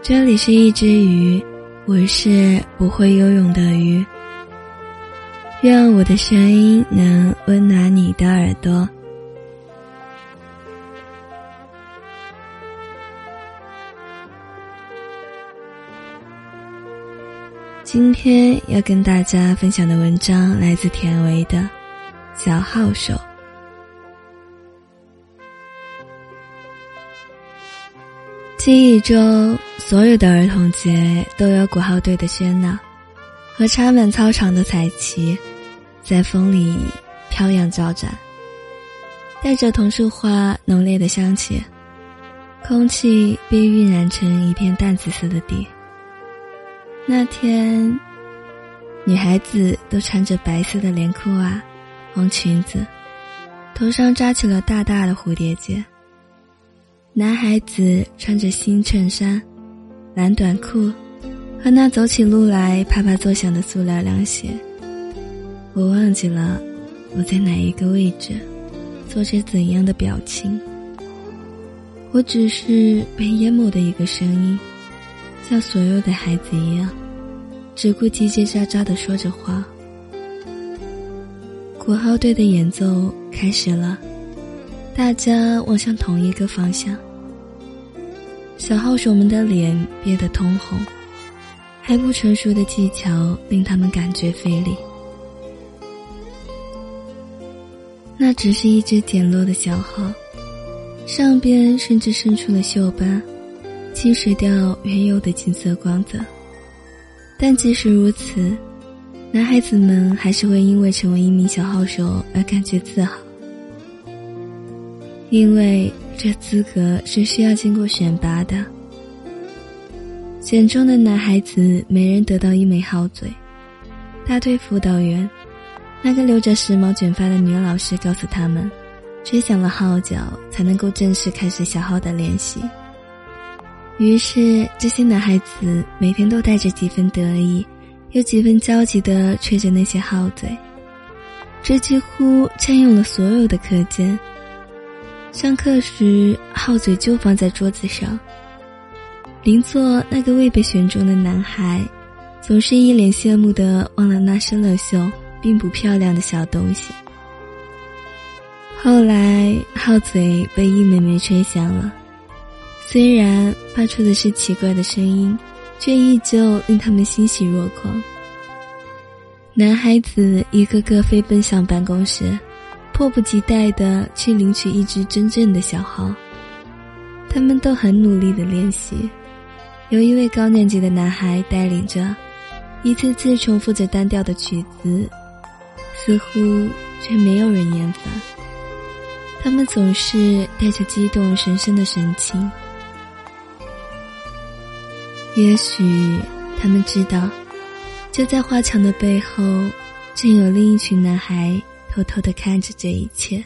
这里是一只鱼，我是不会游泳的鱼。愿我的声音能温暖你的耳朵。今天要跟大家分享的文章来自田维的《小号手》。记忆中，所有的儿童节都有鼓号队的喧闹和插满操场的彩旗，在风里飘扬招展，带着桐树花浓烈的香气，空气被晕染成一片淡紫色的底。那天，女孩子都穿着白色的连裤袜、红裙子，头上扎起了大大的蝴蝶结。男孩子穿着新衬衫、蓝短裤和那走起路来啪啪作响的塑料凉鞋。我忘记了我在哪一个位置，做着怎样的表情。我只是被淹没的一个声音，像所有的孩子一样，只顾叽叽喳喳地说着话。鼓号队的演奏开始了，大家望向同一个方向。小号手们的脸憋得通红，还不成熟的技巧令他们感觉费力。那只是一只简陋的小号，上边甚至渗出了锈斑，侵蚀掉原有的金色光泽。但即使如此，男孩子们还是会因为成为一名小号手而感觉自豪，因为这资格是需要经过选拔的。选中的男孩子每人得到一枚号嘴。大队辅导员，那个留着时髦卷发的女老师告诉他们，吹响了号角才能够正式开始小号的练习。于是这些男孩子每天都带着几分得意又几分焦急地吹着那些号嘴，这几乎占用了所有的课间。上课时号嘴就放在桌子上，邻座那个未被选中的男孩总是一脸羡慕地望了那生了锈并不漂亮的小东西。后来号嘴被一枚枚吹响了，虽然发出的是奇怪的声音，却依旧令他们欣喜若狂。男孩子一个个飞奔向办公室，迫不及待地去领取一支真正的小号。他们都很努力地练习，有一位高年级的男孩带领着，一次次重复着单调的曲子，似乎却没有人厌烦。他们总是带着激动神圣的神情。也许他们知道，就在花墙的背后，正有另一群男孩偷偷地看着这一切。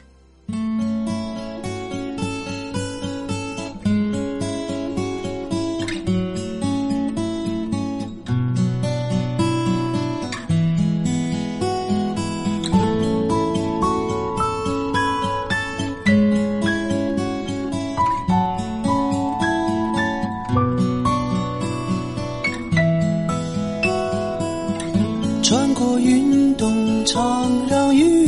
穿过运动场让雨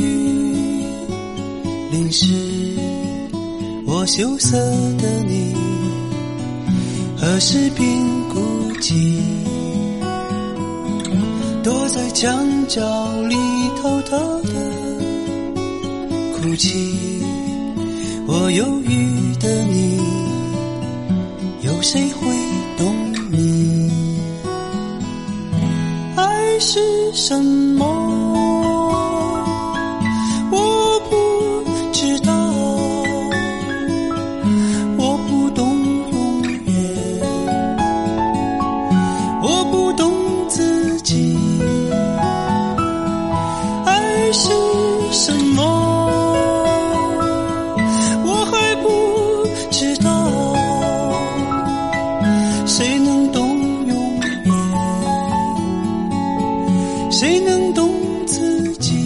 淋湿我羞涩的你，何时便孤寂，躲在墙角里偷偷的哭泣。我忧郁的你，有谁会懂你？爱是什么？我不知道，我不懂永远，我不懂自己。爱是什么？我还不知道，谁能懂永远？谁能懂自己？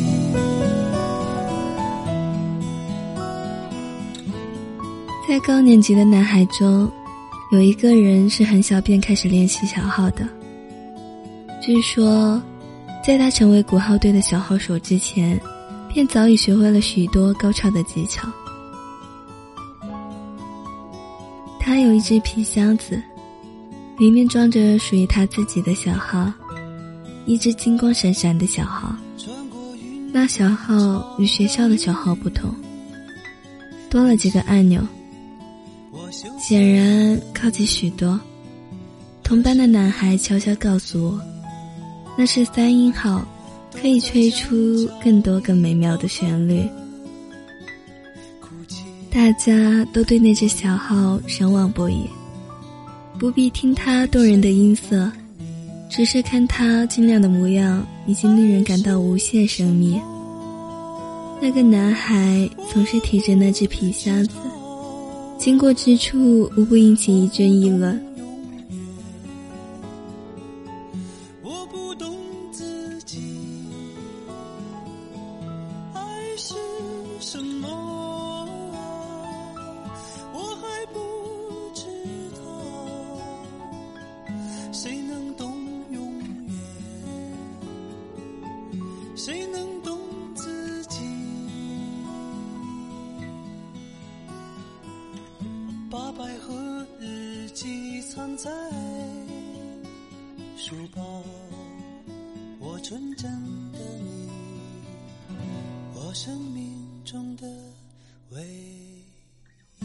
在高年级的男孩中， 有一个人是很小便开始练习小号的，据说在他成为鼓号队的小号手之前，便早已学会了许多高超的技巧。他有一只皮箱子，里面装着属于他自己的小号，一只金光闪闪的小号。那小号与学校的小号不同，多了几个按钮，显然高级许多。同班的男孩悄悄告诉我，那是3音号，可以吹出更多更美妙的旋律。大家都对那只小号神往不已，不必听它动人的音色，只是看它精亮的模样，已经令人感到无限神秘。那个男孩总是提着那只皮箱子，经过之处无不引起一阵议论。 我不懂自己爱是什么，我还不知道，谁能懂永远，谁能懂自己，把百合日记藏在书包，我纯真的你，我生命中的唯一。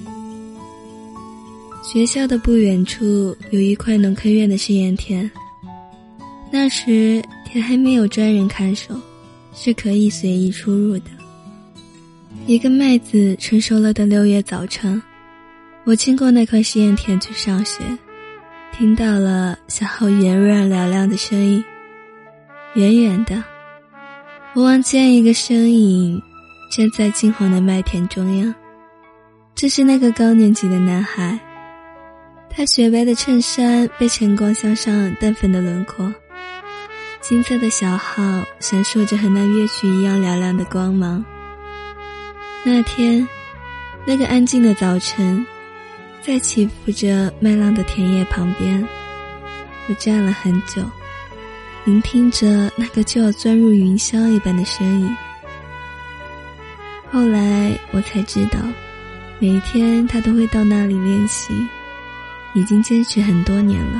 学校的不远处有一块农科院的试验田，那时田还没有专人看守，是可以随意出入的。一个麦子成熟了的6月早晨，我经过那块试验田去上学，听到了小号圆润嘹亮的声音。远远的，我望见一个身影站在金黄的麦田中央，这是那个高年级的男孩。他雪白的衬衫被晨光镶上淡粉的轮廓，金色的小号闪烁着和那乐曲一样嘹亮的光芒。那天，那个安静的早晨，在起伏着麦浪的田野旁边，我站了很久，聆听着那个就要钻入云霄一般的声音。后来我才知道，每一天他都会到那里练习，已经坚持很多年了。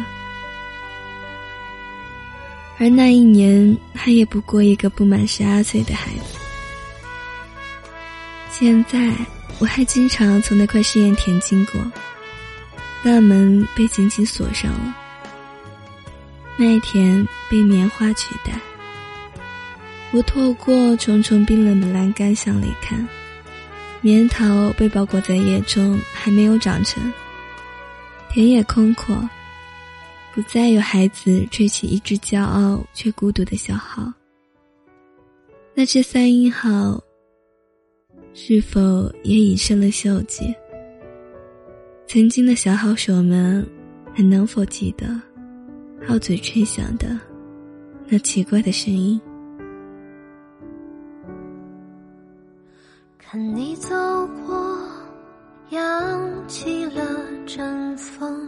而那一年，他也不过一个不满12岁的孩子。现在我还经常从那块试验田经过，大门被紧紧锁上了，麦田被棉花取代。我透过重重冰冷的栏杆向里看，棉桃被包裹在叶中，还没有长成。田野空阔，不再有孩子吹起一只骄傲却孤独的小号。那只3音号是否也已生了锈迹？曾经的小号手们还能否记得号嘴吹响的那奇怪的声音？ 看你走过，扬起了阵风，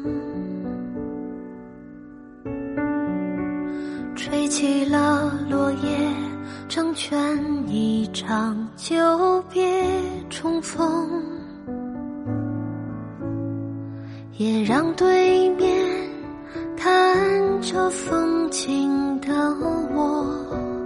吹起了落叶，成全一场久别重逢，也让对面看着风景的我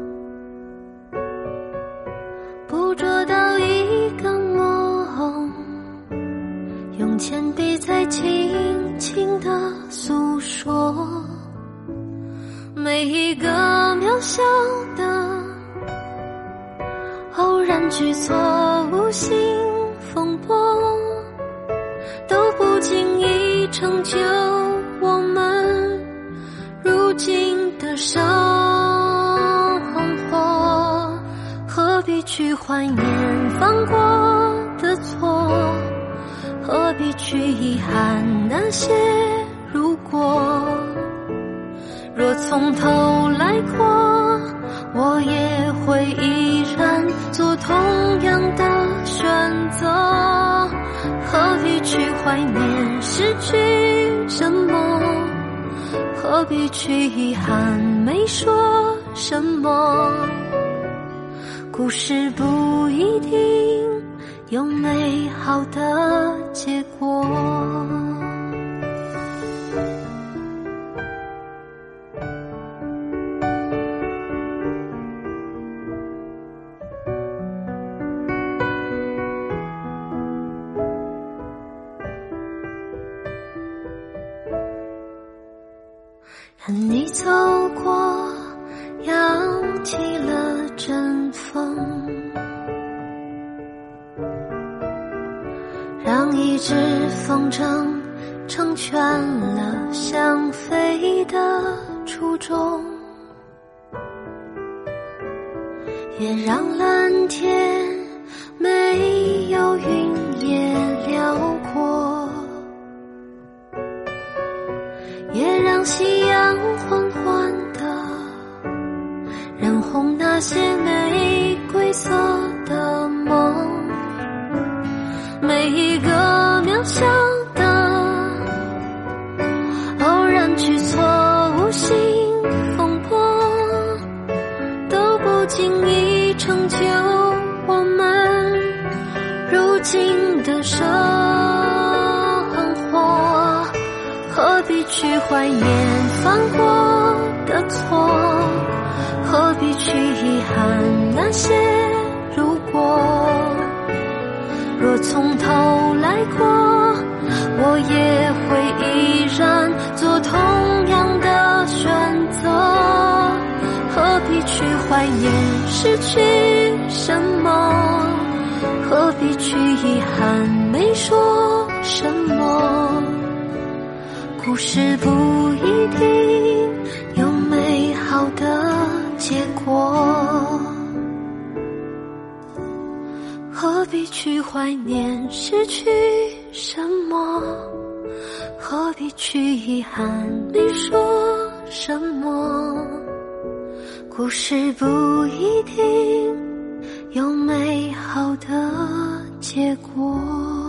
捕捉到一个梦，用铅笔再轻轻地诉说每一个渺小的偶然举措，无心风波都不经意成就我们如今的生活。何必去怀念犯过的错，何必去遗憾那些如果，若从头来过，我也会依然做同样的选择。何必去怀念失去什么？何必去遗憾没说什么？故事不一定有美好的结果。看你走过，扬起了阵风，让一只风筝成全了想飞的初衷，也让蓝天没有云也辽阔，也让夕阳缓缓地染红那些玫瑰色的梦。每一个渺小的偶然举措，无心风波，都不经意成就我们如今的生活。何必去怀念犯过的错？何必去遗憾那些如果？若从头来过，我也会依然做同样的选择。何必去怀念失去什么？何必去遗憾没说什么？故事不一定有美好的结果。何必去怀念失去什么？何必去遗憾没说什么？故事不一定有美好的结果。